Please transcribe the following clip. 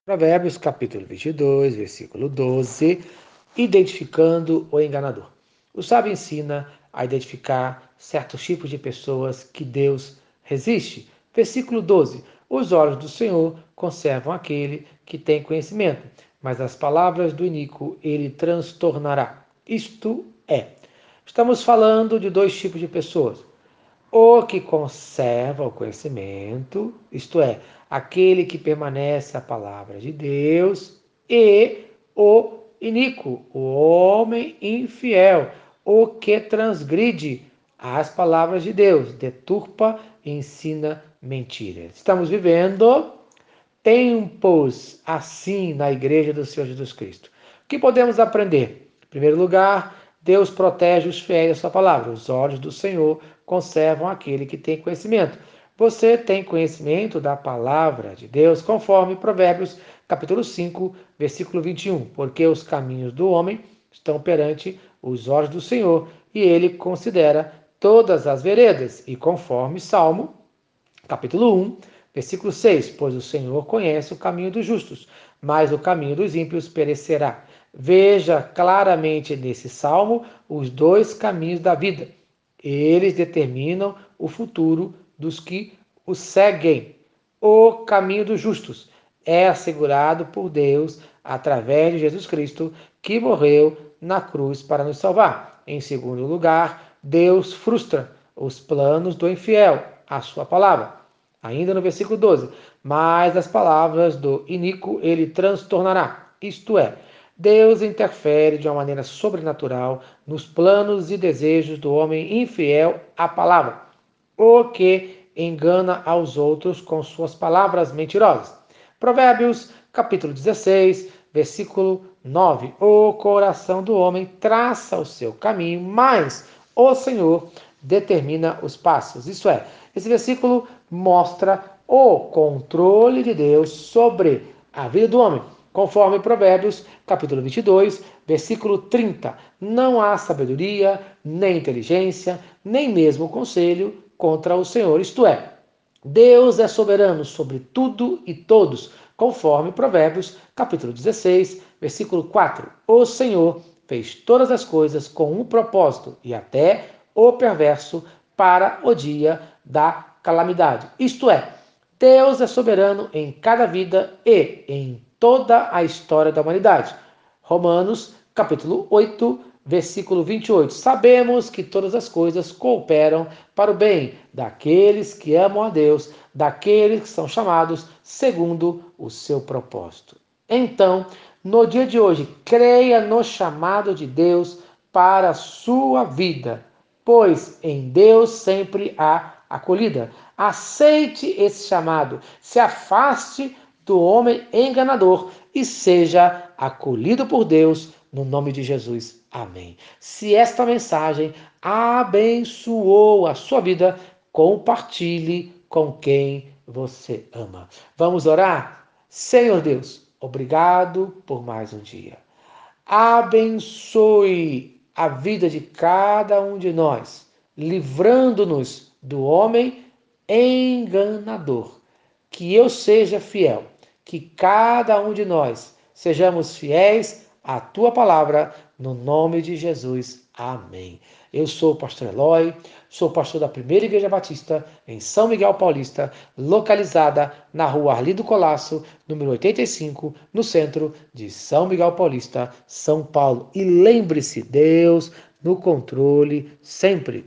Provérbios capítulo 22, versículo 12, identificando o enganador. O sábio ensina a identificar certos tipos de pessoas que Deus resiste. Versículo 12, os olhos do Senhor conservam aquele que tem conhecimento, mas as palavras do iníquo ele transtornará. Isto é, estamos falando de dois tipos de pessoas. O que conserva o conhecimento, isto é, aquele que permanece à palavra de Deus, e o iníquo, o homem infiel, o que transgride as palavras de Deus, deturpa e ensina mentiras. Estamos vivendo tempos assim na igreja do Senhor Jesus Cristo. O que podemos aprender? Em primeiro lugar, Deus protege os fiéis da sua palavra. Os olhos do Senhor conservam aquele que tem conhecimento. Você tem conhecimento da palavra de Deus, conforme Provérbios capítulo 5, versículo 21. Porque os caminhos do homem estão perante os olhos do Senhor, e ele considera todas as veredas. E conforme Salmo capítulo 1, versículo 6, pois o Senhor conhece o caminho dos justos, mas o caminho dos ímpios perecerá. Veja claramente nesse salmo os dois caminhos da vida. Eles determinam o futuro dos que o seguem. O caminho dos justos é assegurado por Deus através de Jesus Cristo, que morreu na cruz para nos salvar. Em segundo lugar, Deus frustra os planos do infiel, a sua palavra. Ainda no versículo 12, mas as palavras do iníquo ele transtornará. Isto é, Deus interfere de uma maneira sobrenatural nos planos e desejos do homem infiel à palavra, o que engana aos outros com suas palavras mentirosas. Provérbios, capítulo 16, versículo 9. O coração do homem traça o seu caminho, mas o Senhor determina os passos. Isso é, esse versículo mostra o controle de Deus sobre a vida do homem. Conforme Provérbios, capítulo 22, versículo 30. Não há sabedoria, nem inteligência, nem mesmo conselho contra o Senhor. Isto é, Deus é soberano sobre tudo e todos, conforme Provérbios, capítulo 16, versículo 4. O Senhor fez todas as coisas com um propósito, e até o perverso para o dia da calamidade. Isto é, Deus é soberano em cada vida e em toda a história da humanidade. Romanos, capítulo 8, versículo 28. Sabemos que todas as coisas cooperam para o bem daqueles que amam a Deus, daqueles que são chamados segundo o seu propósito. Então, no dia de hoje, creia no chamado de Deus para a sua vida, pois em Deus sempre há acolhida. Aceite esse chamado, se afaste do homem enganador e seja acolhido por Deus no nome de Jesus. Amém. Se esta mensagem abençoou a sua vida, compartilhe com quem você ama. Vamos orar? Senhor Deus, obrigado por mais um dia. Abençoe a vida de cada um de nós, livrando-nos do homem enganador. Que eu seja fiel, que cada um de nós sejamos fiéis à tua palavra, no nome de Jesus. Amém. Eu sou o pastor Eloy, sou pastor da Primeira Igreja Batista em São Miguel Paulista, localizada na rua Arlindo Colasso, número 85, no centro de São Miguel Paulista, São Paulo. E lembre-se, Deus no controle sempre.